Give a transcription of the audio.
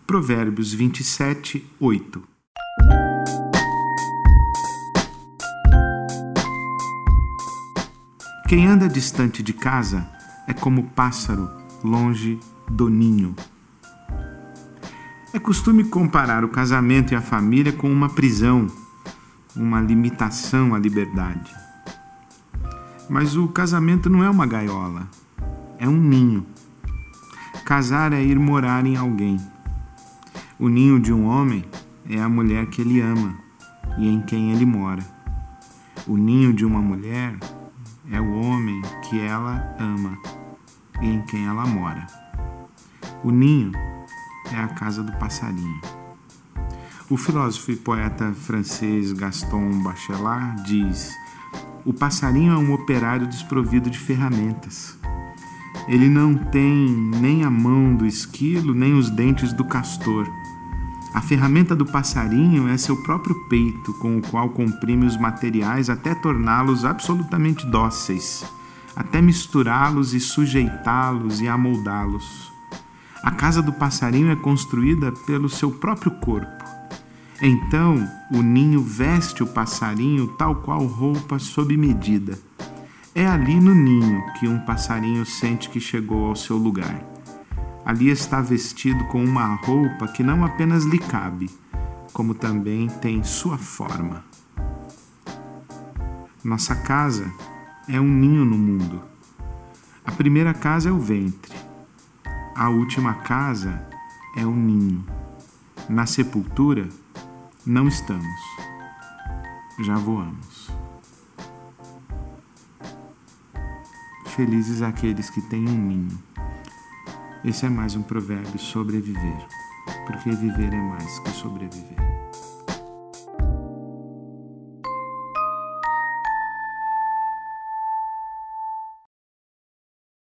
Provérbios 27, 8. Quem anda distante de casa é como pássaro longe do ninho. É costume comparar o casamento e a família com uma prisão, uma limitação à liberdade. Mas o casamento não é uma gaiola, é um ninho. Casar é ir morar em alguém. O ninho de um homem é a mulher que ele ama e em quem ele mora. O ninho de uma mulher é o homem que ela ama e em quem ela mora. O ninho é a casa do passarinho. O filósofo e poeta francês Gaston Bachelard diz: o passarinho é um operário desprovido de ferramentas. Ele não tem nem a mão do esquilo, nem os dentes do castor. A ferramenta do passarinho é seu próprio peito, com o qual comprime os materiais até torná-los absolutamente dóceis, até misturá-los e sujeitá-los e amoldá-los. A casa do passarinho é construída pelo seu próprio corpo. Então, o ninho veste o passarinho tal qual roupa sob medida. É ali no ninho que um passarinho sente que chegou ao seu lugar. Ali está vestido com uma roupa que não apenas lhe cabe, como também tem sua forma. Nossa casa é um ninho no mundo. A primeira casa é o ventre. A última casa é o ninho. Na sepultura, não estamos. Já voamos. Felizes aqueles que têm um ninho. Esse é mais um provérbio sobre viver, porque viver é mais que sobreviver.